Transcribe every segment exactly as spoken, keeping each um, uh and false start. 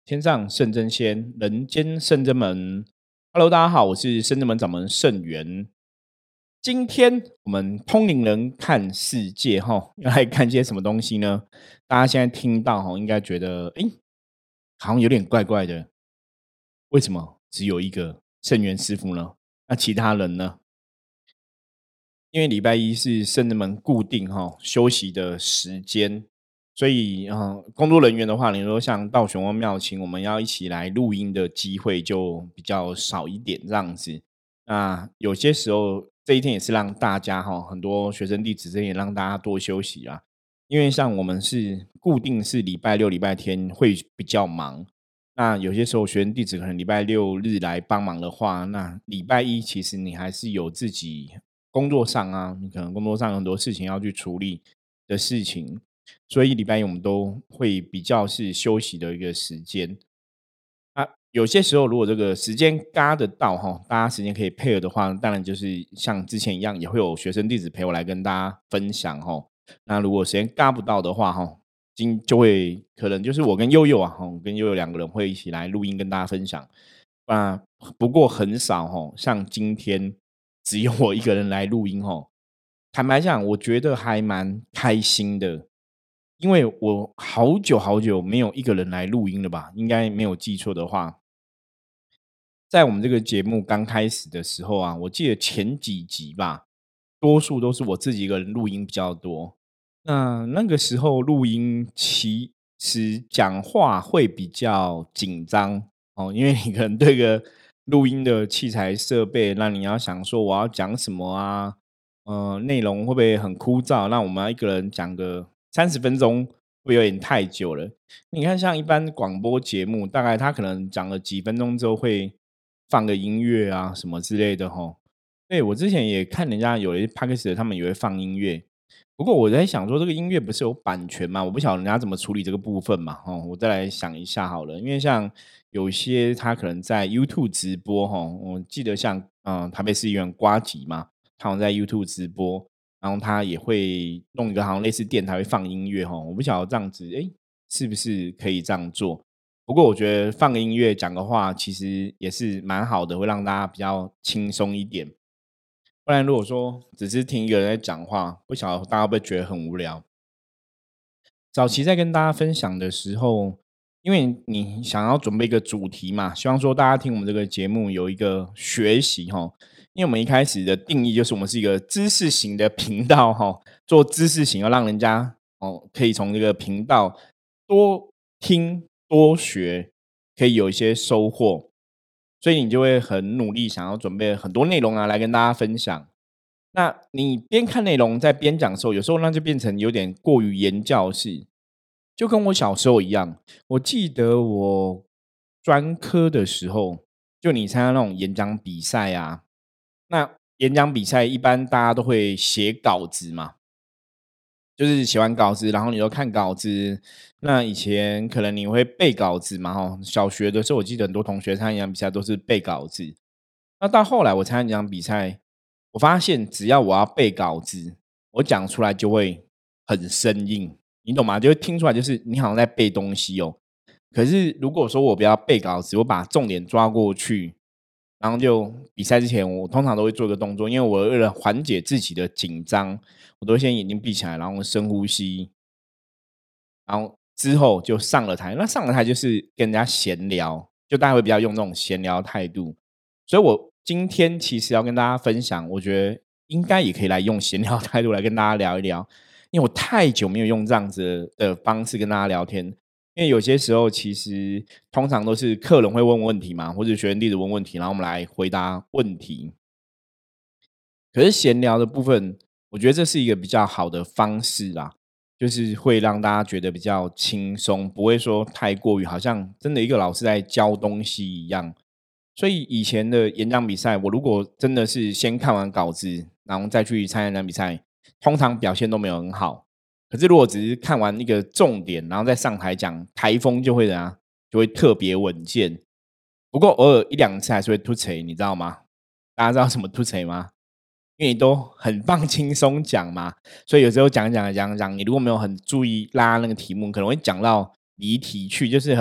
天上圣真仙，人间圣真门。Hello，大家好，我是圣真门掌门圣元。今天我们通灵人看世界哈，要来看些什么东西呢？大家现在听到哈，应该觉得诶，好像有点怪怪的。为什么只有一个圣元师傅呢？那其他人呢？因为礼拜一是圣人们固定哈休息的时间，所以嗯、呃工作人员的话，你说像到玄关庙请我们要一起来录音的机会就比较少一点这样子。那有些时候这一天也是让大家哈很多学生弟子这也让大家多休息啊，因为像我们是固定是礼拜六、礼拜天会比较忙。那有些时候学生弟子可能礼拜六日来帮忙的话，那礼拜一其实你还是有自己工作上啊，你可能工作上有很多事情要去处理的事情，所以礼拜一我们都会比较是休息的一个时间。啊，有些时候如果这个时间嘎得到哈，大家时间可以配合的话，当然就是像之前一样，也会有学生弟子陪我来跟大家分享哈。那如果时间嘎不到的话哈，今就会可能就是我跟悠悠啊，我跟悠悠两个人会一起来录音跟大家分享。那不过很少哈，像今天只有我一个人来录音哈。坦白讲，我觉得还蛮开心的，因为我好久好久没有一个人来录音了吧？应该没有记错的话，在我们这个节目刚开始的时候啊，我记得前几集吧，多数都是我自己一个人录音比较多。那那个时候录音其实讲话会比较紧张哦，因为你可能对个录音的器材设备，那你要想说我要讲什么啊，呃，内容会不会很枯燥？那我们要一个人讲个三十分钟，会有点太久了。你看，像一般广播节目，大概他可能讲了几分钟之后会放个音乐啊什么之类的吼。对，我之前也看人家有一些 podcast 他们也会放音乐，不过我在想说，这个音乐不是有版权吗？我不晓得人家怎么处理这个部分嘛，哦，我再来想一下好了。因为像有一些他可能在 YouTube 直播，哈，我记得像嗯、呃台北市议员瓜吉嘛，他好像在 YouTube 直播，然后他也会弄一个好像类似电台会放音乐，哈，我不晓得这样子，诶，是不是可以这样做？不过我觉得放个音乐讲个话，其实也是蛮好的，会让大家比较轻松一点。不然如果说只是听一个人在讲话，不晓得大家会不会觉得很无聊？早期在跟大家分享的时候，因为你想要准备一个主题嘛，希望说大家听我们这个节目有一个学习哈。因为我们一开始的定义就是我们是一个知识型的频道哈，做知识型要让人家哦可以从这个频道多听多学，可以有一些收获，所以你就会很努力想要准备很多内容啊来跟大家分享。那你边看内容在边讲的时候，有时候那就变成有点过于言教式，就跟我小时候一样。我记得我专科的时候，就你参加那种演讲比赛啊，那演讲比赛一般大家都会写稿子嘛，就是写完稿子，然后你就看稿子。那以前可能你会背稿子嘛，哈，小学的时候我记得很多同学参加演讲比赛都是背稿子。那到后来我参加演讲比赛，我发现只要我要背稿子，我讲出来就会很生硬，你懂吗？就会听出来就是你好像在背东西哦。可是如果说我不要背稿子，我把重点抓过去，然后就比赛之前，我通常都会做一个动作，因为我为了缓解自己的紧张，我都会先眼睛闭起来，然后深呼吸，然后之后就上了台。那上了台就是跟人家闲聊，就大家会比较用这种闲聊态度。所以我今天其实要跟大家分享，我觉得应该也可以来用闲聊态度来跟大家聊一聊，因为我太久没有用这样子的方式跟大家聊天。因为有些时候其实通常都是客人会问问题嘛，或者学员弟子问问题，然后我们来回答问题。可是闲聊的部分，我觉得这是一个比较好的方式啦，就是会让大家觉得比较轻松，不会说太过于好像真的一个老师在教东西一样。所以以前的演讲比赛，我如果真的是先看完稿子，然后再去参加演讲比赛，通常表现都没有很好。可是如果只是看完一个重点，然后再上台讲，台风就会怎样，就会特别稳健。不过偶尔一两次还是会突锤，你知道吗？大家知道什么突锤吗？因为你都很放轻松讲嘛，所以有时候讲讲讲讲，你如果没有很注意拉那个题目，可能会讲到离题去，就是很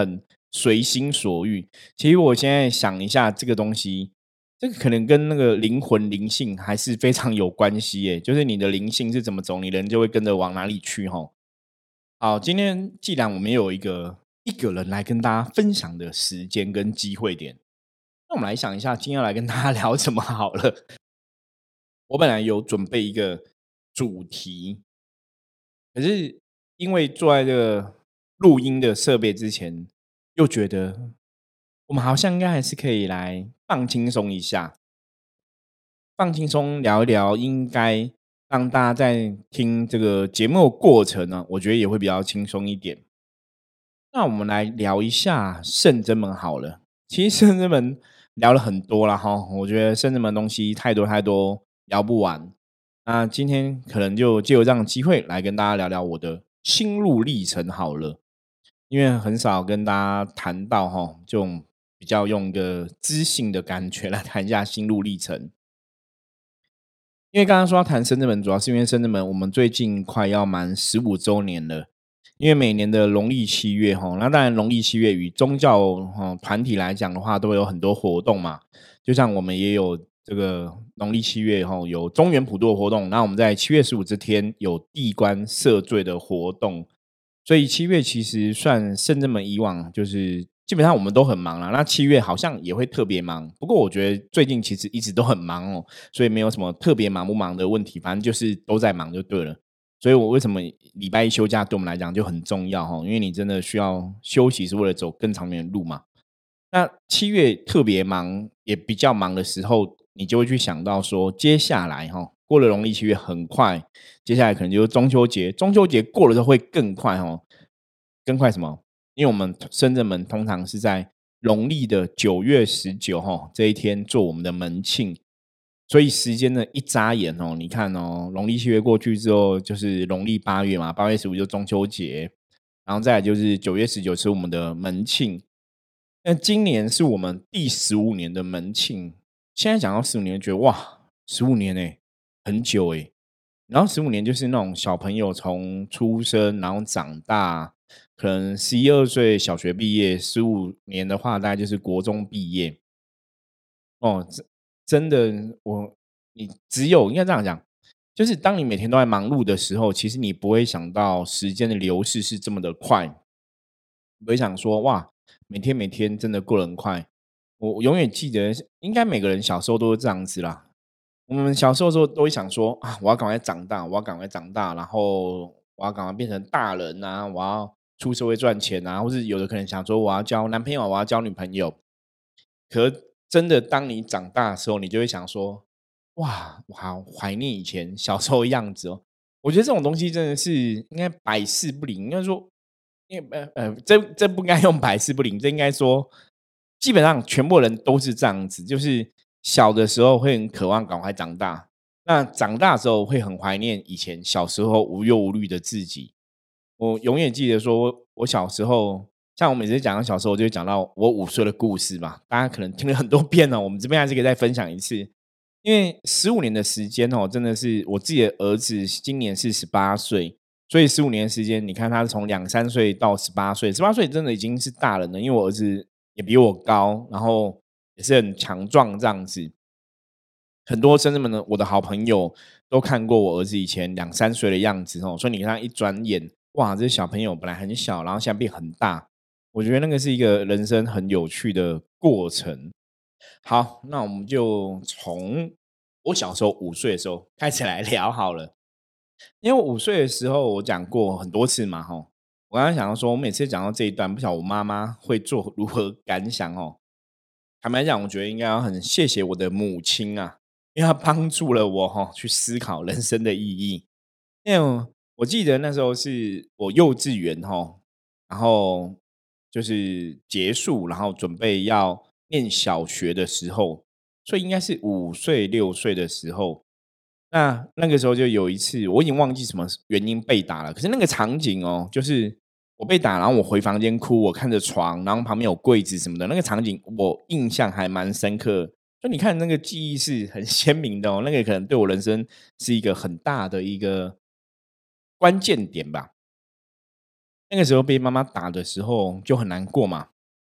随心所欲。其实我现在想一下这个东西，这个可能跟那个灵魂灵性还是非常有关系耶，就是你的灵性是怎么走，你人就会跟着往哪里去吼。好，今天既然我们有一个一个人来跟大家分享的时间跟机会点，那我们来想一下，今天要来跟大家聊什么好了。我本来有准备一个主题，可是因为坐在这个录音的设备之前，又觉得我们好像应该还是可以来放轻松一下，放轻松聊一聊，应该让大家在听这个节目的过程呢，我觉得也会比较轻松一点。那我们来聊一下圣真门好了。其实圣真门聊了很多了哈，我觉得圣真门东西太多太多，聊不完。那今天可能就借由这样的机会来跟大家聊聊我的心路历程好了，因为很少跟大家谈到哈，这种比较用一个知性的感觉来谈一下心路历程。因为刚刚说要谈深圳门，主要是因为深圳门我们最近快要满十五周年了。因为每年的农历七月哈，那当然农历七月与宗教哈团体来讲的话，都会有很多活动嘛。就像我们也有这个农历七月哈，有中元普渡的活动，那我们在七月十五这天有地官赦罪的活动。所以七月其实算圣真门以往就是基本上我们都很忙啦，那七月好像也会特别忙，不过我觉得最近其实一直都很忙哦，所以没有什么特别忙不忙的问题，反正就是都在忙就对了。所以我为什么礼拜一休假对我们来讲就很重要哈，因为你真的需要休息是为了走更长远的路嘛。那七月特别忙，也比较忙的时候，你就会去想到说，接下来哈，过了农历七月很快，接下来可能就是中秋节，中秋节过了之后会更快哦，更快什么？因为我们深圳门通常是在农历的九月十九哈这一天做我们的门庆，所以时间呢一眨眼哦，你看哦，农历七月过去之后就是农历八月嘛，八月十五就中秋节，然后再来就是九月十九是我们的门庆。那今年是我们第十五年的门庆，现在讲到十五年，觉得哇十五年哎，很久哎。然后十五年就是那种小朋友从出生，然后长大，可能十一二岁小学毕业，十五年的话大概就是国中毕业。哦，真真的，我你只有应该这样讲，就是当你每天都在忙碌的时候，其实你不会想到时间的流逝是这么的快。不会想说哇，每天每天真的过得很快。我我永远记得，应该每个人小时候都是这样子啦。我们小时候的时候都会想说啊，我要赶快长大，我要赶快长大，然后我要赶快变成大人啊，我要出社会赚钱啊，或是有的可能想说我要交男朋友，我要交女朋友。可真的当你长大的时候，你就会想说，哇，我好怀念以前小时候的样子哦。我觉得这种东西真的是应该百试不灵，应该说因为呃呃，这这不应该用百试不灵，这应该说，基本上全部人都是这样子，就是小的时候会很渴望赶快长大，那长大之后会很怀念以前小时候无忧无虑的自己。我永远记得说，我小时候，像我每次讲到小时候，我就会讲到我五岁的故事嘛，大家可能听了很多遍了，我们这边还是可以再分享一次。因为十五年的时间哦，真的是我自己的儿子今年是十八岁，所以十五年的时间，你看他从两三岁到十八岁，十八岁真的已经是大人了。因为我儿子也比我高，然后也是很强壮这样子。很多甚至们的我的好朋友都看过我儿子以前两三岁的样子哦，所以你看他一转眼，哇，这小朋友本来很小，然后现在变很大，我觉得那个是一个人生很有趣的过程。好，那我们就从我小时候五岁的时候开始来聊好了。因为我五岁的时候我讲过很多次嘛，吼，我刚刚想到说，我每次讲到这一段，不晓得我妈妈会做如何感想哦。坦白讲，我觉得应该要很谢谢我的母亲啊，因为她帮助了我哈、去思考人生的意义。因为我我记得那时候是我幼稚园哈，然后就是结束，然后准备要念小学的时候，所以应该是五岁六岁的时候。那那个时候就有一次，我已经忘记什么原因被打了，可是那个场景哦，就是我被打，然后我回房间哭，我看着床，然后旁边有柜子什么的，那个场景我印象还蛮深刻。就你看那个记忆是很鲜明的哦，那个可能对我人生是一个很大的一个关键点吧。那个时候被妈妈打的时候就很难过嘛，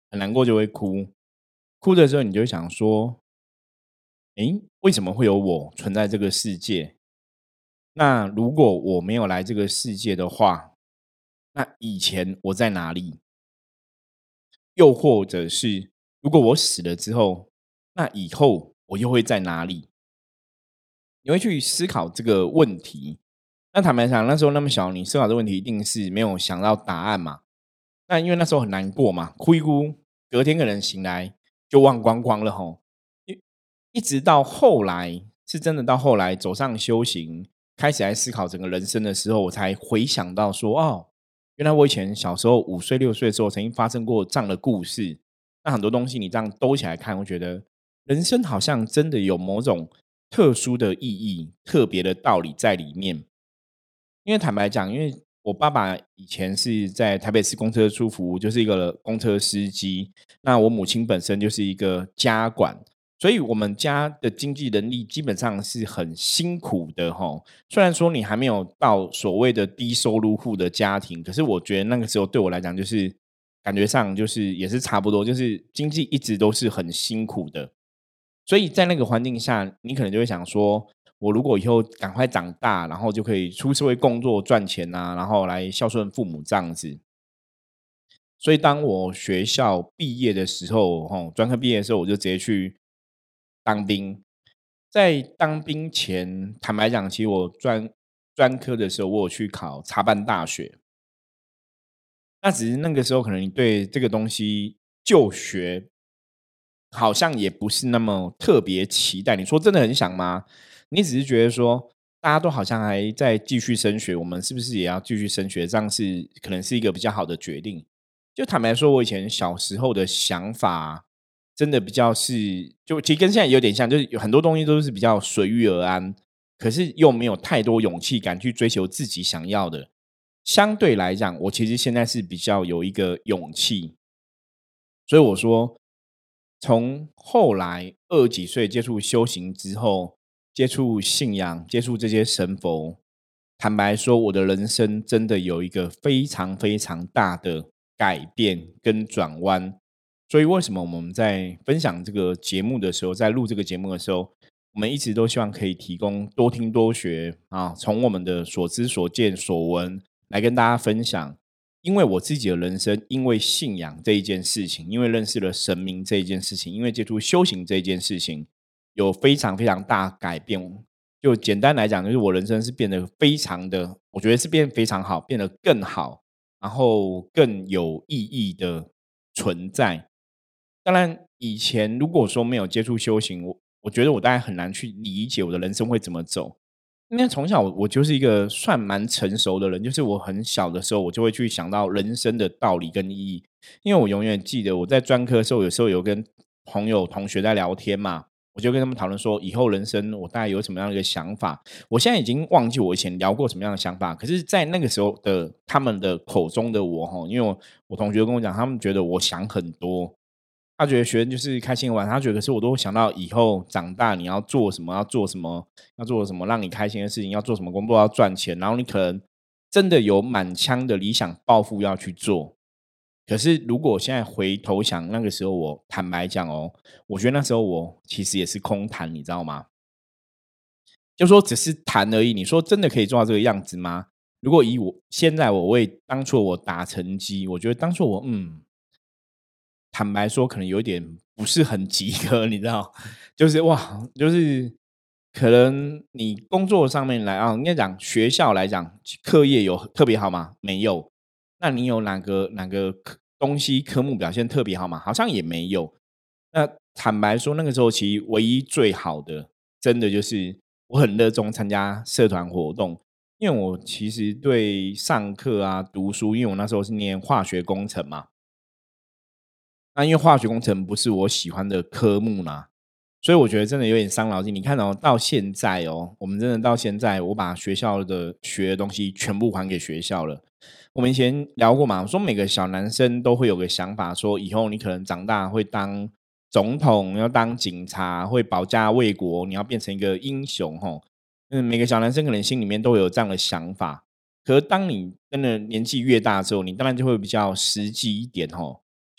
很难过就会哭，哭的时候你就会想说，诶，为什么会有我存在这个世界？那如果我没有来这个世界的话，那以前我在哪里？又或者是如果我死了之后，那以后我又会在哪里？你会去思考这个问题。那坦白讲，那时候那么小，你思考这个问题一定是没有想到答案嘛。那因为那时候很难过嘛，哭一哭，隔天可能醒来就忘光光了吼。一一直到后来，是真的到后来走上修行，开始来思考整个人生的时候，我才回想到说，哦，原来我以前小时候五岁六岁的时候，曾经发生过这样的故事。那很多东西你这样兜起来看，我觉得人生好像真的有某种特殊的意义、特别的道理在里面。因为坦白讲，因为我爸爸以前是在台北市公车处服务，就是一个公车司机。那我母亲本身就是一个家管，所以我们家的经济能力基本上是很辛苦的哈。虽然说你还没有到所谓的低收入户的家庭，可是我觉得那个时候对我来讲，就是感觉上就是也是差不多，就是经济一直都是很辛苦的。所以在那个环境下，你可能就会想说，我如果以后赶快长大，然后就可以出社会工作赚钱啊，然后来孝顺父母这样子。所以当我学校毕业的时候，吼，专科毕业的时候，我就直接去当兵。在当兵前，坦白讲，其实我专专科的时候，我有去考插班大学。那只是那个时候，可能你对这个东西就学好像也不是那么特别期待。你说真的很想吗？你只是觉得说，大家都好像还在继续升学，我们是不是也要继续升学？这样是可能是一个比较好的决定。就坦白说，我以前小时候的想法，真的比较是，就其实跟现在有点像，就是有很多东西都是比较随遇而安，可是又没有太多勇气敢去追求自己想要的。相对来讲，我其实现在是比较有一个勇气，所以我说，从后来二十几岁接触修行之后，接触信仰，接触这些神佛，坦白说，我的人生真的有一个非常非常大的改变跟转弯。所以，为什么我们在分享这个节目的时候，在录这个节目的时候，我们一直都希望可以提供多听多学啊，从我们的所知所见所闻来跟大家分享。因为我自己的人生，因为信仰这一件事情，因为认识了神明这一件事情，因为接触修行这一件事情，有非常非常大改变。就简单来讲，就是我人生是变得非常的，我觉得是变得非常好，变得更好，然后更有意义的存在。当然，以前如果说没有接触修行，我我觉得我大概很难去理解我的人生会怎么走。因为从小我我就是一个算蛮成熟的人，就是我很小的时候，我就会去想到人生的道理跟意义。因为我永远记得我在专科的时候，有时候有跟朋友同学在聊天嘛，我就跟他们讨论说，以后人生我大概有什么样的一个想法。我现在已经忘记我以前聊过什么样的想法，可是，在那个时候的他们的口中的我哈，因为我我同学跟我讲，他们觉得我想很多，他觉得学生就是开心玩，他觉得可是我都想到以后长大你要做什么，要做什么，要做什么让你开心的事情，要做什么工作要赚钱，然后你可能真的有满腔的理想抱负要去做。可是如果现在回头想，那个时候我坦白讲哦，我觉得那时候我其实也是空谈，你知道吗？就说只是谈而已。你说真的可以做到这个样子吗？如果以我现在我为当初我打成绩，我觉得当初我嗯坦白说，可能有点不是很及格，你知道？就是哇，就是可能你工作上面来啊，应该讲学校来讲，课业有特别好吗？没有。那你有哪个哪个科东西科目表现特别好吗？好像也没有。那坦白说，那个时候其实唯一最好的，真的就是我很热衷参加社团活动，因为我其实对上课啊、读书，因为我那时候是念化学工程嘛。那因为化学工程不是我喜欢的科目啦，所以我觉得真的有点伤脑筋。你看哦，到现在哦，我们真的到现在，我把学校的学的东西全部还给学校了。我们以前聊过嘛，我说每个小男生都会有个想法，说以后你可能长大会当总统，要当警察，会保家卫国，你要变成一个英雄吼。嗯，每个小男生可能心里面都有这样的想法。可是当你真的年纪越大之后，你当然就会比较实际一点吼。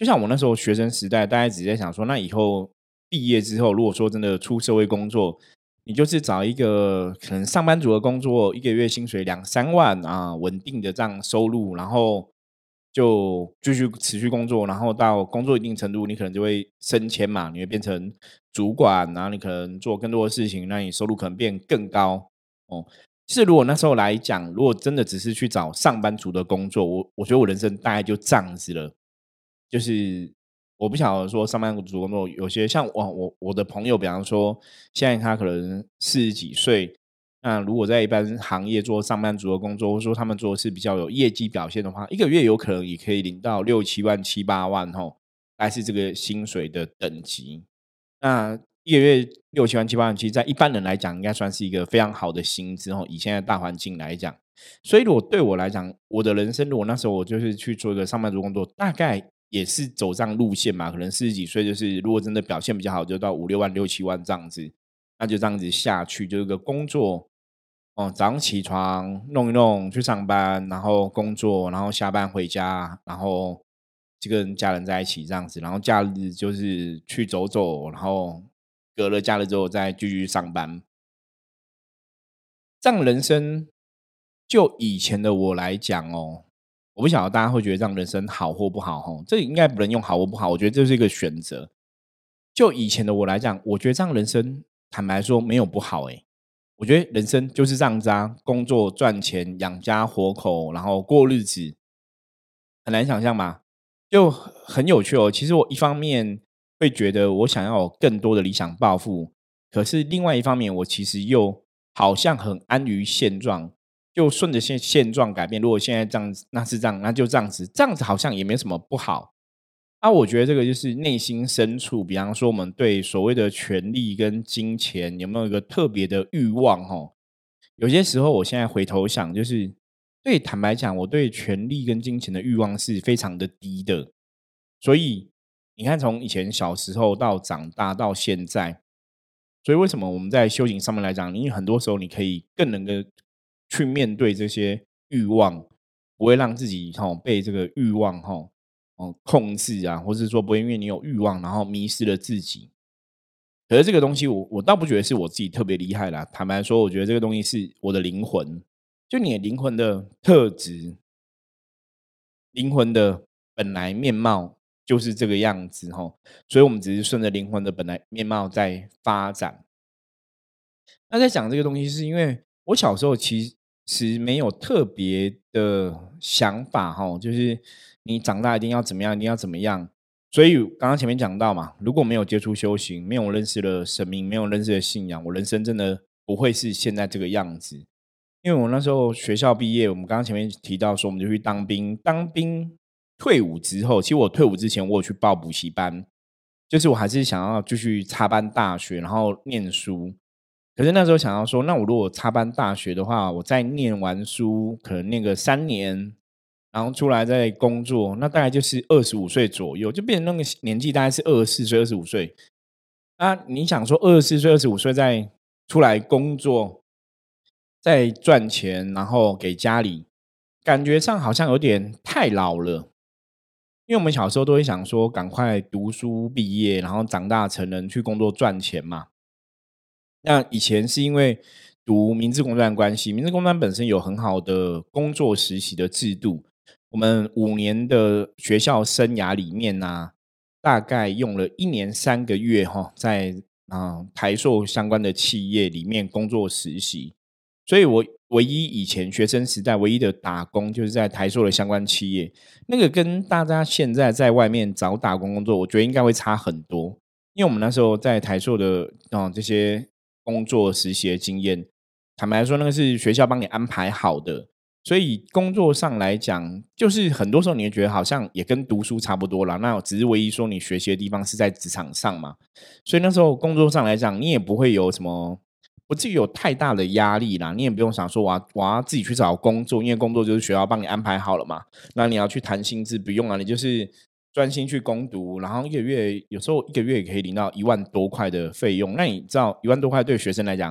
就像我那时候学生时代，大家只在想说，那以后毕业之后，如果说真的出社会工作，你就是找一个可能上班族的工作，一个月薪水两三万啊，稳定的这样收入，然后就继续持续工作，然后到工作一定程度，你可能就会升迁嘛，你会变成主管，然后你可能做更多的事情，那你收入可能变更高哦。其实如果那时候来讲，如果真的只是去找上班族的工作，我我觉得我人生大概就这样子了。就是我不晓得说上班族工作，有些像我我我的朋友，比方说现在他可能四十几岁，那如果在一般行业做上班族的工作，或者说他们做的是比较有业绩表现的话，一个月有可能也可以领到六七万、七八万吼，大概是这个薪水的等级。那一个月六七万、七八万，其实在一般人来讲，应该算是一个非常好的薪资哦。以现在大环境来讲，所以如果对我来讲，我的人生如果那时候我就是去做一个上班族工作，大概也是走这样路线嘛。可能四十几岁，就是如果真的表现比较好，就到五六万、六七万这样子，那就这样子下去，就是个工作哦，早上起床弄一弄去上班，然后工作，然后下班回家，然后就跟家人在一起这样子，然后假日就是去走走，然后隔了假日之后再继续上班。这样人生就以前的我来讲哦，我不晓得大家会觉得这样人生好或不好哦，这应该不能用好或不好，我觉得这是一个选择。就以前的我来讲，我觉得这样人生坦白说没有不好诶，我觉得人生就是这样子啊，工作赚钱养家活口，然后过日子，很难想象吧？就很有趣哦。其实我一方面会觉得我想要有更多的理想抱负，可是另外一方面，我其实又好像很安于现状，就顺着现现状改变。如果现在这样子，那是这样，那就这样子，这样子好像也没什么不好。啊，我觉得这个就是内心深处，比方说我们对所谓的权力跟金钱有没有一个特别的欲望？哦，有些时候我现在回头想，就是对坦白讲，我对权力跟金钱的欲望是非常的低的。所以你看，从以前小时候到长大到现在，所以为什么我们在修行上面来讲，你很多时候你可以更能够去面对这些欲望，不会让自己哈被这个欲望哈哦控制啊，或是说不会因为你有欲望，然后迷失了自己。可是这个东西我，我倒不觉得是我自己特别厉害啦。坦白说，我觉得这个东西是我的灵魂，就你的灵魂的特质，灵魂的本来面貌就是这个样子哈。所以我们只是顺着灵魂的本来面貌在发展。那在讲这个东西，是因为我小时候其实没有特别的想法哈，就是你长大一定要怎么样，一定要怎么样。所以刚刚前面讲到嘛，如果没有接触修行，没有认识了神明，没有认识了信仰，我人生真的不会是现在这个样子。因为我那时候学校毕业，我们刚刚前面提到说，我们就去当兵，当兵退伍之后，其实我退伍之前，我有去报补习班，就是我还是想要继续插班大学，然后念书。可是那时候想要说，那我如果插班大学的话，我再念完书，可能念个三年，然后出来再工作，那大概就是二十五岁左右，就变成那个年纪大概是二十四岁、二十五岁。啊，你想说二十四岁、二十五岁再出来工作，再赚钱，然后给家里，感觉上好像有点太老了。因为我们小时候都会想说，赶快读书毕业，然后长大成人去工作赚钱嘛。那以前是因为读明治工专的关系，明治工专本身有很好的工作实习的制度。我们五年的学校生涯里面呢、大概用了一年三个月哈，在啊、台塑相关的企业里面工作实习。所以我唯一以前学生时代唯一的打工，就是在台塑的相关企业。那个跟大家现在在外面找打工工作，我觉得应该会差很多。因为我们那时候在台塑的啊、这些工作实习的经验，坦白说，那个是学校帮你安排好的，所以工作上来讲，就是很多时候你会觉得好像也跟读书差不多啦。那只是唯一说你学习的地方是在职场上嘛，所以那时候工作上来讲，你也不会有什么。不至于有太大的压力啦，你也不用想说我要我要自己去找工作，因为工作就是学校帮你安排好了嘛。那你要去谈薪资，不用啊，你就是专心去攻读，然后一个月有时候一个月也可以领到一万多块的费用。那你知道一万多块对学生来讲，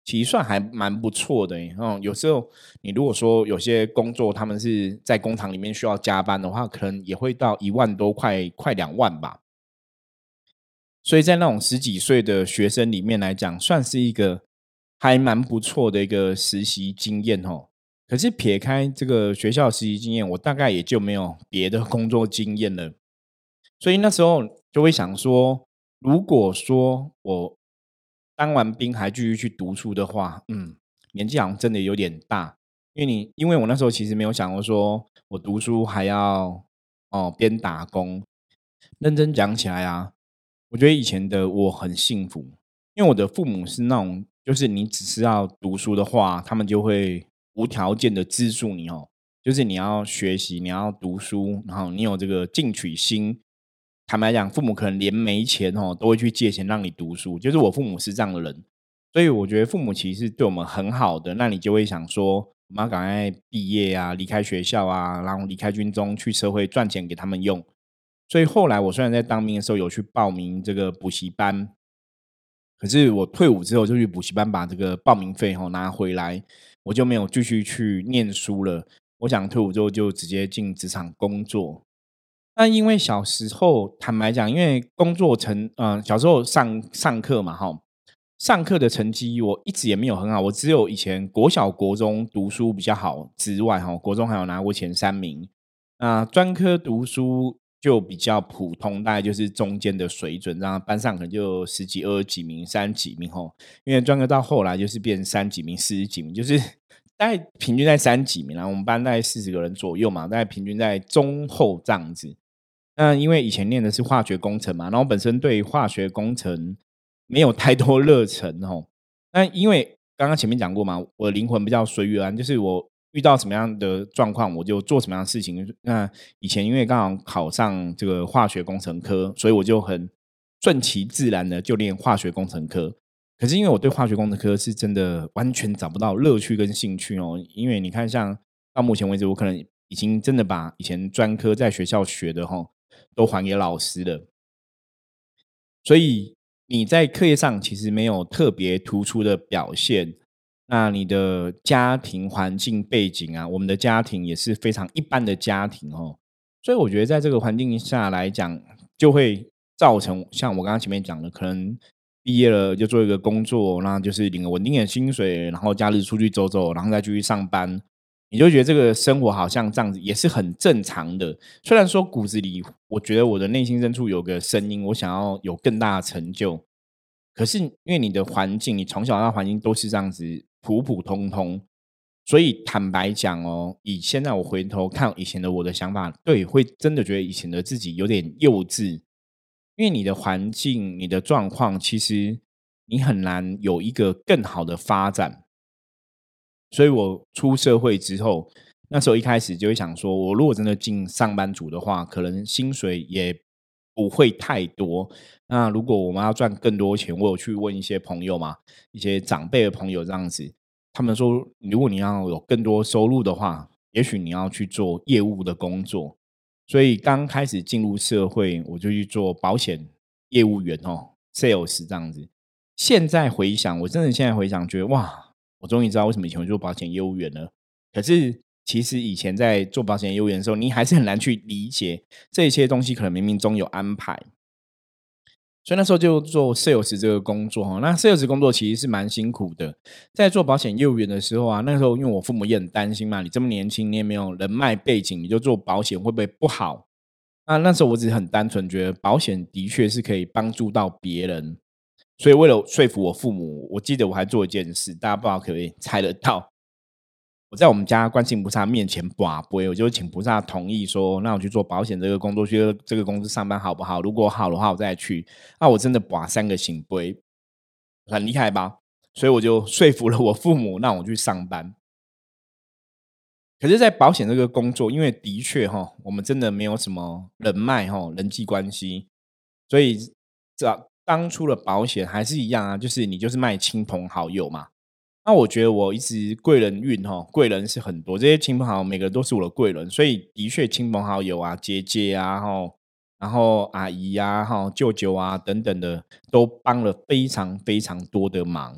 其实算还蛮不错的诶。嗯，有时候你如果说有些工作他们是在工厂里面需要加班的话，可能也会到一万多，快快两万吧。所以在那种十几岁的学生里面来讲，算是一个还蛮不错的一个实习经验哦。可是撇开这个学校实习经验，我大概也就没有别的工作经验了。所以那时候就会想说，如果说我当完兵还继续去读书的话，嗯，年纪好像真的有点大。因为你因为我那时候其实没有想过说我读书还要哦边打工。认真讲起来啊，我觉得以前的我很幸福，因为我的父母是那种，就是你只是要读书的话，他们就会无条件的资助你哦。就是你要学习，你要读书，然后你有这个进取心。坦白讲，父母可能连没钱哦，都会去借钱让你读书。就是我父母是这样的人，所以我觉得父母其实对我们很好的。那你就会想说，我们要赶快毕业啊，离开学校啊，然后离开军中，去社会赚钱给他们用。所以后来我虽然在当兵的时候有去报名这个补习班，可是我退伍之后就去补习班把这个报名费吼拿回来，我就没有继续去念书了。我想退伍之后就直接进职场工作。那因为小时候坦白讲，因为工作成呃，小时候上上课嘛哈，上课的成绩我一直也没有很好，我只有以前国小国中读书比较好之外哈，国中还有拿过前三名。那专科读书就比较普通，大概就是中间的水准，然后班上可能就十几、二十几名、三十几名吼。因为专科到后来就是变三几名、四十几名，就是大概平均在三几名啦。我们班大概四十个人左右嘛，大概平均在中后这样子。那因为以前念的是化学工程嘛，然后本身对化学工程没有太多热忱吼。那因为刚刚前面讲过嘛，我的灵魂比较随遇而安，就是我遇到什么样的状况，我就做什么样的事情。那以前因为刚好考上这个化学工程科，所以我就很顺其自然的就练化学工程科。可是因为我对化学工程科是真的完全找不到乐趣跟兴趣哦，因为你看像到目前为止，我可能已经真的把以前专科在学校学的哈都还给老师了。所以你在课业上其实没有特别突出的表现，那你的家庭环境背景啊，我们的家庭也是非常一般的家庭哦。所以我觉得在这个环境下来讲，就会造成像我刚刚前面讲的，可能毕业了就做一个工作，那就是领个稳定的薪水，然后假日出去走走，然后再继续上班。你就觉得这个生活好像这样子也是很正常的。虽然说骨子里，我觉得我的内心深处有个声音，我想要有更大的成就。可是因为你的环境，你从小到环境都是这样子普普通通，所以坦白讲哦，以现在我回头看以前的我的想法，对，会真的觉得以前的自己有点幼稚。因为你的环境、你的状况，其实你很难有一个更好的发展。所以我出社会之后，那时候一开始就会想说，我如果真的进上班族的话，可能薪水也不会太多。那如果我们要赚更多钱，我有去问一些朋友嘛，一些长辈的朋友这样子，他们说，如果你要有更多收入的话，也许你要去做业务的工作。所以刚开始进入社会，我就去做保险业务员哦，sales 这样子。现在回想，我真的现在回想，觉得哇，我终于知道为什么以前会做保险业务员了。可是其实以前在做保险业务员的时候，你还是很难去理解这些东西，可能冥冥中有安排。所以那时候就做 sales 这个工作哈，那 sales 工作其实是蛮辛苦的。在做保险业务员的时候啊，那时候因为我父母也很担心嘛，你这么年轻，你也没有人脉背景，你就做保险会不会不好？那那时候我只是很单纯觉得保险的确是可以帮助到别人，所以为了说服我父母，我记得我还做一件事，大家不知道可不可以猜得到。我在我们家观世音菩萨面前跋杯，我就请菩萨同意说，那我去做保险这个工作，去这个公司上班好不好？如果好的话，我再去。那我真的跋三个醒杯，很厉害吧？所以我就说服了我父母，让我去上班。可是，在保险这个工作，因为的确哈，我们真的没有什么人脉哈，人际关系，所以这当初的保险还是一样啊，就是你就是卖亲朋好友嘛。那我觉得我一直贵人运哈，贵人是很多，这些亲朋好友每个都是我的贵人，所以的确亲朋好友啊、姐姐啊、哈，然后阿姨呀、哈、舅舅啊等等的，都帮了非常非常多的忙。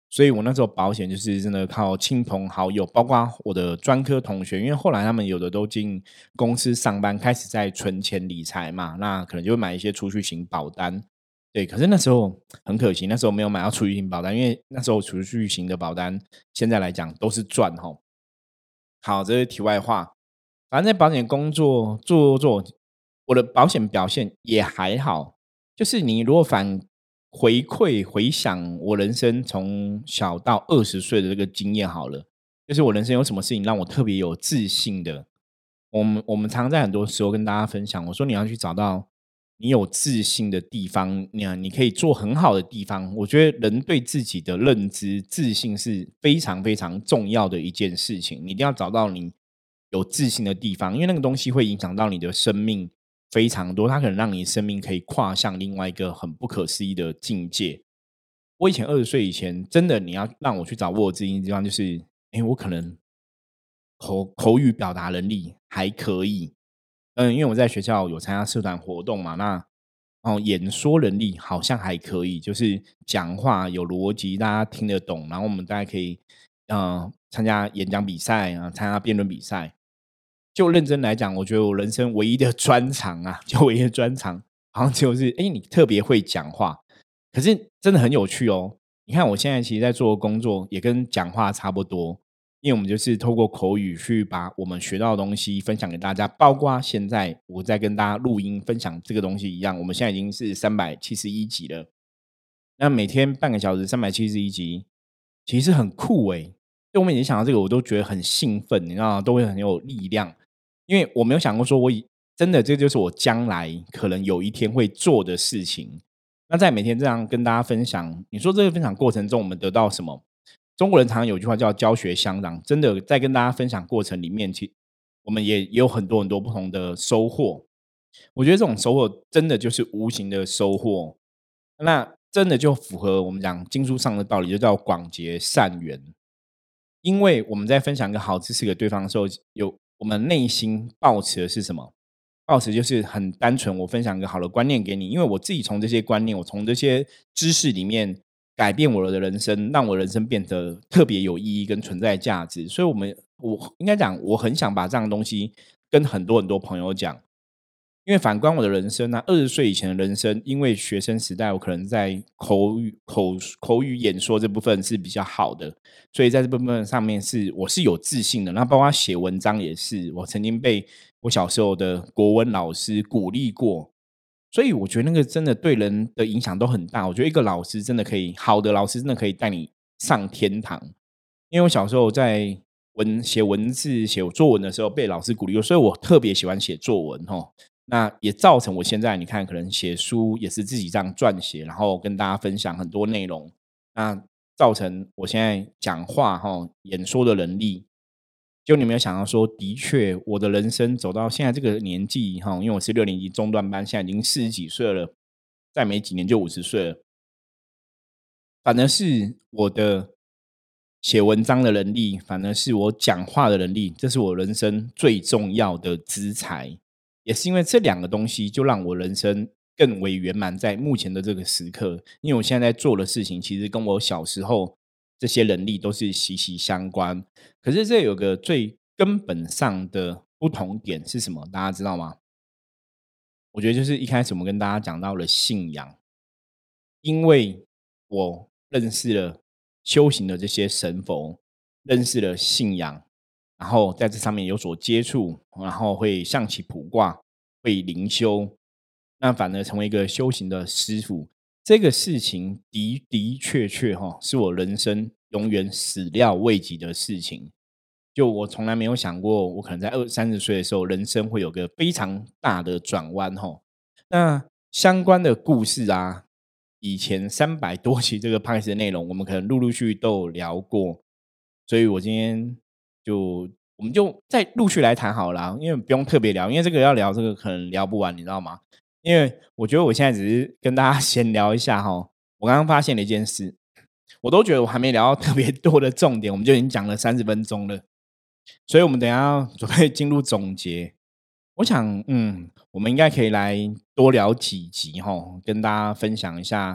所以我那时候保险就是真的靠亲朋好友，包括我的专科同学，因为后来他们有的都进公司上班，开始在存钱理财嘛，那可能就会买一些储蓄型保单。对，可是那时候很可惜，那时候没有买到储蓄型保单，因为那时候储蓄型的保单现在来讲都是赚吼。好，这是题外话。反正在保险工作做做，我的保险表现也还好。就是你如果反回馈回想我人生从小到二十岁的这个经验好了，就是我人生有什么事情让我特别有自信的。我们我们常在很多时候跟大家分享，我说你要去找到你有自信的地方，你啊你可以做很好的地方。我觉得人对自己的认知、自信是非常非常重要的一件事情。你一定要找到你有自信的地方，因为那个东西会影响到你的生命非常多，它可能让你生命可以跨向另外一个很不可思议的境界。我以前二十岁以前，真的你要让我去找握我自信的地方，就是，诶，我可能口口语表达能力还可以，嗯，因为我在学校有参加社团活动嘛，那哦，演说能力好像还可以，就是讲话有逻辑，大家听得懂，然后我们大家可以，呃，参加演讲比赛啊，参加辩论比赛。就认真来讲，我觉得我人生唯一的专长啊，就唯一的专长，好像就是，哎，你特别会讲话。可是真的很有趣哦。你看我现在其实在做的工作也跟讲话差不多，因为我们就是透过口语去把我们学到的东西分享给大家，包括现在我在跟大家录音分享这个东西一样，我们现在已经是三百七十一集了。那每天半个小时三百七十一集，其实很酷诶。就我每天想到这个，我都觉得很兴奋，你知道吗？都会很有力量。因为我没有想过说我以真的这就是我将来可能有一天会做的事情。那在每天这样跟大家分享，你说这个分享过程中我们得到什么？中国人常常有句话叫教学相长，真的在跟大家分享过程里面，其我们也也有很多很多不同的收获。我觉得这种收获真的就是无形的收获，那真的就符合我们讲经书上的道理，就叫广结善缘。因为我们在分享一个好知识给对方的时候，有我们内心抱持的是什么？抱持就是很单纯，我分享一个好的观念给你，因为我自己从这些观念，我从这些知识里面改变我的人生，让我人生变得特别有意义跟存在价值。所以，我们我应该讲，我很想把这样的东西跟很多很多朋友讲。因为反观我的人生呢、啊，二十岁以前的人生，因为学生时代我可能在口语口口语演说这部分是比较好的，所以在这部分上面是我是有自信的。那包括写文章也是，我曾经被我小时候的国文老师鼓励过，所以我觉得那个真的对人的影响都很大。我觉得一个老师真的可以，好的老师真的可以带你上天堂。因为我小时候在文写文字、写作文的时候被老师鼓励过，所以我特别喜欢写作文哦。那也造成我现在你看，可能写书也是自己这样撰写，然后跟大家分享很多内容。那造成我现在讲话哈、演说的能力，就你没有想到说，的确，我的人生走到现在这个年纪哈，因为我是六年级中段班，现在已经四十几岁了，再没几年就五十岁了。反而是我的写文章的能力，反而是我讲话的能力，这是我人生最重要的资财。也是因为这两个东西，就让我人生更为圆满，在目前的这个时刻。因为我现在在做的事情，其实跟我小时候这些能力都是息息相关。可是这有个最根本上的不同点是什么？大家知道吗？我觉得就是一开始我们跟大家讲到了信仰。因为我认识了修行的这些神佛，认识了信仰，然后在这上面有所接触，然后会象棋卜卦，会灵修，那反而成为一个修行的师傅。这个事情的的确确哈，是我人生永远始料未及的事情。就我从来没有想过，我可能在二三十岁的时候，人生会有个非常大的转弯哈。那相关的故事啊，以前三百多期这个 p o d 的内容，我们可能陆陆续续都有聊过，所以我今天就我们就再陆续来谈好了啊，因为不用特别聊，因为这个要聊这个可能聊不完，你知道吗？因为我觉得我现在只是跟大家闲聊一下哈，我刚刚发现了一件事，我都觉得我还没聊到特别多的重点，我们就已经讲了三十分钟了，所以我们等一下准备进入总结。我想，嗯，我们应该可以来多聊几集哈，跟大家分享一下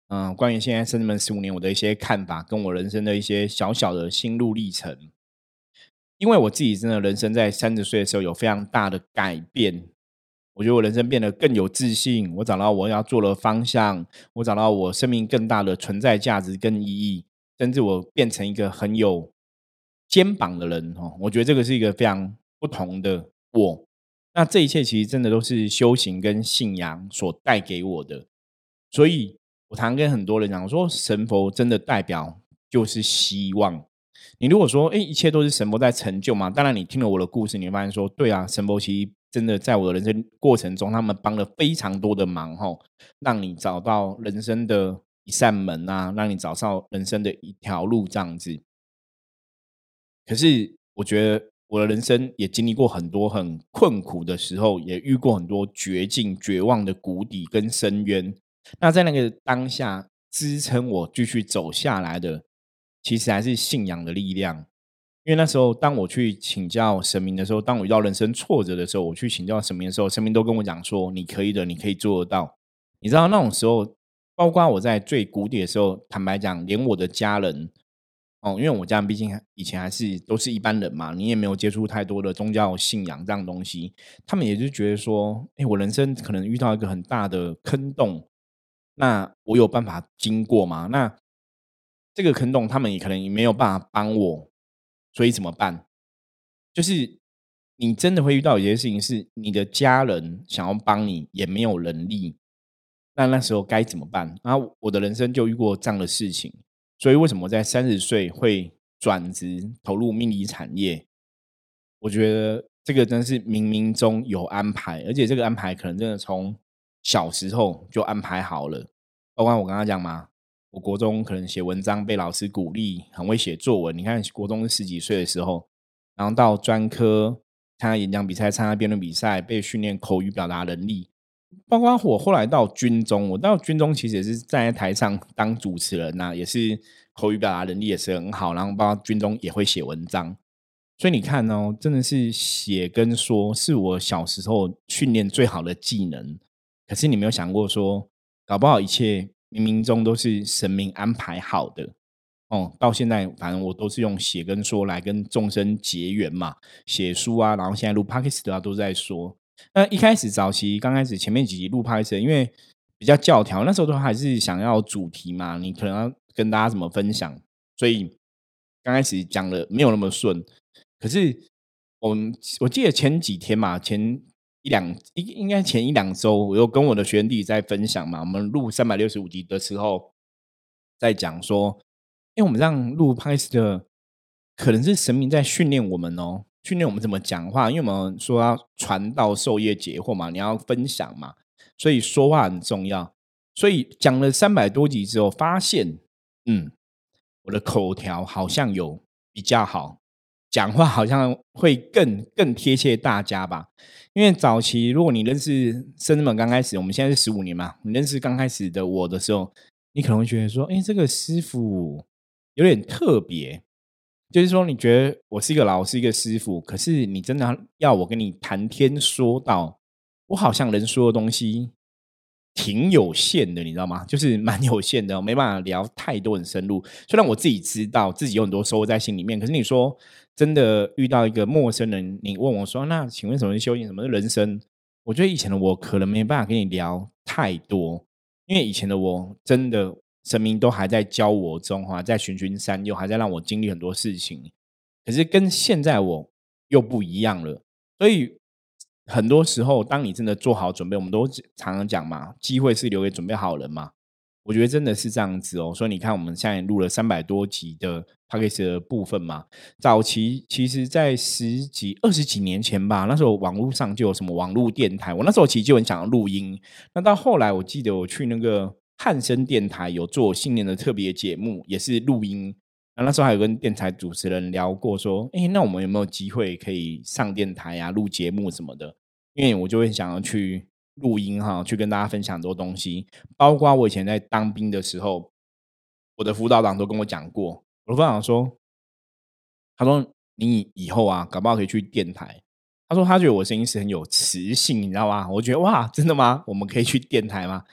嗯，关于现在生门十五年我的一些看法，跟我人生的一些小小的心路历程。因为我自己真的人生在三十岁的时候有非常大的改变，我觉得我人生变得更有自信，我找到我要做的方向，我找到我生命更大的存在价值跟意义，甚至我变成一个很有肩膀的人哦，我觉得这个是一个非常不同的我。那这一切其实真的都是修行跟信仰所带给我的，所以我常跟很多人讲，我说神佛真的代表就是希望。你如果说，哎，一切都是神佛在成就嘛？当然，你听了我的故事，你会发现说，对啊，神佛其实真的在我的人生过程中，他们帮了非常多的忙吼，让你找到人生的一扇门啊，让你找到人生的一条路这样子。可是我觉得我的人生也经历过很多很困苦的时候，也遇过很多绝境、绝望的谷底跟深渊。那在那个当下，支撑我继续走下来的，其实还是信仰的力量。因为那时候，当我去请教神明的时候，当我遇到人生挫折的时候，我去请教神明的时候，神明都跟我讲说：“你可以的，你可以做得到。”你知道那种时候，包括我在最谷底的时候，坦白讲，连我的家人哦，因为我家人毕竟以前还是都是一般人嘛，你也没有接触太多的宗教信仰这样东西，他们也就觉得说，哎，我人生可能遇到一个很大的坑洞，那我有办法经过吗？那这个坑洞，他们也可能也没有办法帮我，所以怎么办？就是你真的会遇到有些事情，是你的家人想要帮你，也没有能力，那那时候该怎么办？然后我的人生就遇过这样的事情，所以为什么在三十岁会转职投入命理产业？我觉得这个真的是冥冥中有安排，而且这个安排可能真的从小时候就安排好了。包括我刚刚讲嘛，我国中可能写文章被老师鼓励，很会写作文。你看国中十几岁的时候，然后到专科参加演讲比赛、参加辩论比赛，被训练口语表达能力。包括我后来到军中，我到军中其实也是站在台上当主持人呐、也是口语表达能力也是很好，然后包括军中也会写文章。所以你看哦，真的是写跟说是我小时候训练最好的技能。可是你没有想过说，搞不好一切冥冥中都是神明安排好的。哦，到现在反正我都是用写跟说来跟众生结缘嘛，写书啊，然后现在录 podcast 啊都在说。那一开始早期刚开始前面几集录 podcast，因为比较教条，那时候都还是想要主题嘛，你可能要跟大家怎么分享，所以刚开始讲的没有那么顺。可是我们我记得前几天嘛，前一两应应该前一两周，我有跟我的学员弟在分享嘛，我们录三百六十五集的时候，在讲说，因为我们这样录 podcast 的，可能是神明在训练我们哦，训练我们怎么讲话，因为我们说要传道授业解惑嘛，你要分享嘛，所以说话很重要。所以讲了三百多集之后，发现，嗯，我的口条好像有比较好，讲话好像会更更贴切大家吧。因为早期如果你认识生日们刚开始，我们现在是十五年嘛，你认识刚开始的我的时候，你可能会觉得说，哎，这个师傅有点特别。就是说，你觉得我是一个老师，一个师傅，可是你真的要我跟你谈天说道，我好像能说的东西挺有限的，你知道吗？就是蛮有限的，没办法聊太多很深入。虽然我自己知道自己有很多收获在心里面，可是你说真的遇到一个陌生人，你问我说：“那请问什么是修行？什么是人生？”我觉得以前的我可能没办法跟你聊太多，因为以前的我真的神明都还在教我中哈，在循循善诱，还在让我经历很多事情。可是跟现在我又不一样了，所以很多时候，当你真的做好准备，我们都常常讲嘛，机会是留给准备好人嘛。我觉得真的是这样子哦，所以你看，我们现在录了三百多集的 p a c k a g e 的部分嘛。早期其实，在十几、二十几年前吧，那时候网络上就有什么网络电台，我那时候其实就很想要录音。那到后来，我记得我去那个汉声电台有做新年的特别节目，也是录音。那那时候还有跟电台主持人聊过，说：“哎，那我们有没有机会可以上电台啊，录节目什么的？”因为我就会想要去录音哈，去跟大家分享很多东西，包括我以前在当兵的时候，我的辅导长都跟我讲过，我的辅导长说，他说你以后啊，搞不好可以去电台。他说他觉得我声音是很有磁性，你知道吗？我觉得哇，真的吗？我们可以去电台吗？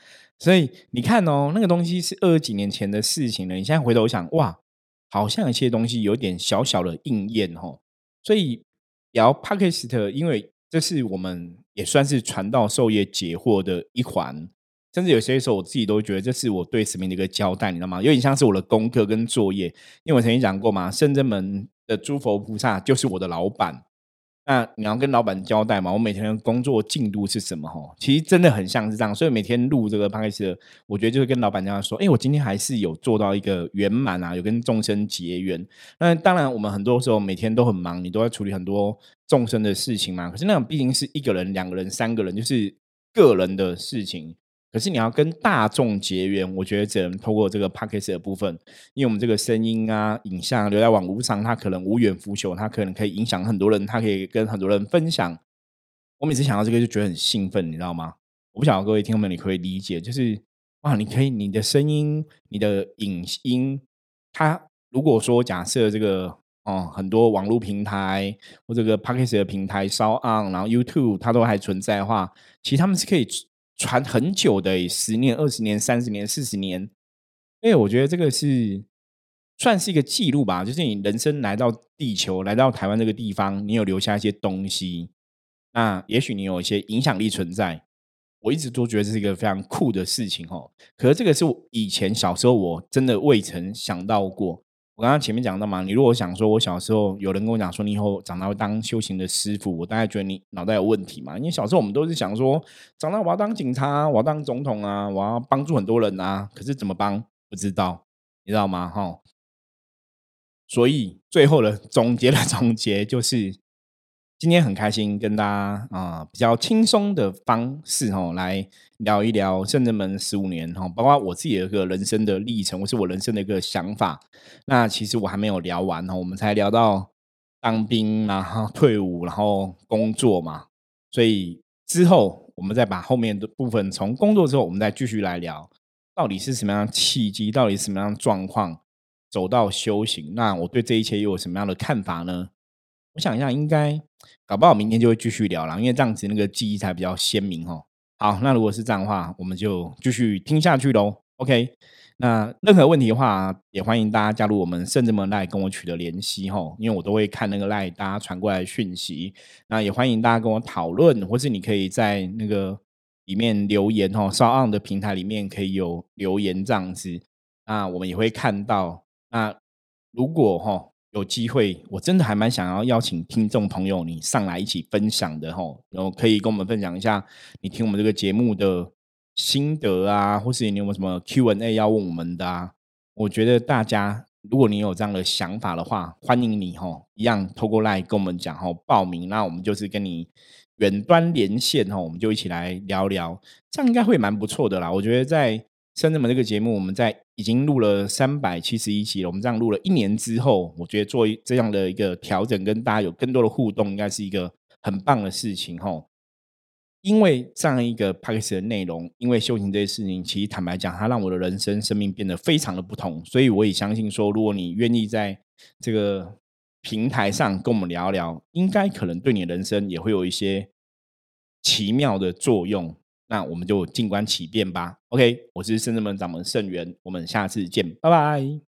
所以你看哦，那个东西是二十几年前的事情了，你现在回头想，哇，好像有些东西有点小小的应验哦。所以聊 Podcast，因为这是我们也算是传道授业解惑的一环，甚至有些时候我自己都觉得这是我对神明的一个交代，你知道吗？有点像是我的功课跟作业，因为我曾经讲过嘛，圣真门的诸佛菩萨就是我的老板。那你要跟老板交代嘛，我每天的工作进度是什么齁，其实真的很像是这样，所以每天录这个 podcast， 我觉得就是跟老板这样说，诶，我今天还是有做到一个圆满啊，有跟众生结缘。那当然我们很多时候每天都很忙，你都在处理很多众生的事情嘛，可是那种毕竟是一个人、两个人、三个人，就是个人的事情。可是你要跟大众结缘，我觉得只能透过这个 podcast 的部分，因为我们这个声音啊、影像留在网络上，它可能无远弗屆，它可能可以影响很多人，它可以跟很多人分享。我每次想到这个就觉得很兴奋，你知道吗？我不晓得各位听众们你可以理解，就是哇，你可以你的声音、你的影音，它如果说假设这个哦，很多网络平台或这个 podcast 的平台烧 on，然后 YouTube 它都还存在的话，其实他们是可以传很久的欸，十年、二十年、三十年、四十年。因为我觉得这个是算是一个记录吧，就是你人生来到地球，来到台湾这个地方，你有留下一些东西，那也许你有一些影响力存在。我一直都觉得这是一个非常酷的事情哦。可是这个是我以前小时候我真的未曾想到过。我刚刚前面讲到嘛，你如果想说我小时候有人跟我讲说你以后长大会当修行的师傅，我大概觉得你脑袋有问题嘛。因为小时候我们都是想说，长大我要当警察，我要当总统啊，我要帮助很多人啊。可是怎么帮不知道，你知道吗？哈，所以最后的总结的总结就是，今天很开心跟大家啊、呃比较轻松的方式哦来聊一聊圣人门十五年哈、哦，包括我自己的一个人生的历程，或是我人生的一个想法。那其实我还没有聊完哦，我们才聊到当兵，然后退伍，然后工作嘛，所以之后我们再把后面的部分从工作之后，我们再继续来聊，到底是什么样的契机，到底是什么样的状况走到修行。那我对这一切又有什么样的看法呢？我想一下，应该搞不好明天就会继续聊了，因为这样子那个记忆才比较鲜明哦。好，那如果是这样的话，我们就继续听下去喽。OK，那任何问题的话，也欢迎大家加入我们圣智门 Line 跟我取得联系吼，因为我都会看那个 Line 大家传过来的讯息。那也欢迎大家跟我讨论，或是你可以在那个里面留言吼，稍昂的平台里面可以有留言这样子，那我们也会看到。那如果哈有机会，我真的还蛮想要邀请听众朋友你上来一起分享的吼，然后可以跟我们分享一下你听我们这个节目的心得啊，或是你有没有什么 Q and A 要问我们的啊？我觉得大家如果你有这样的想法的话，欢迎你吼，一样透过 LINE 跟我们讲吼报名，那我们就是跟你远端连线吼，我们就一起来聊聊，这样应该会蛮不错的啦。我觉得在深圳门这个节目，我们在已经录了三百七十一期了，我们这样录了一年之后，我觉得做这样的一个调整，跟大家有更多的互动，应该是一个很棒的事情吼。因为这样一个 p a c k a g e 的内容，因为修行这些事情，其实坦白讲，它让我的人生生命变得非常的不同。所以我也相信说，如果你愿意在这个平台上跟我们聊聊，应该可能对你的人生也会有一些奇妙的作用。那我们就静观其变吧。OK，我是圣智门掌门圣元，我们下次见，拜拜。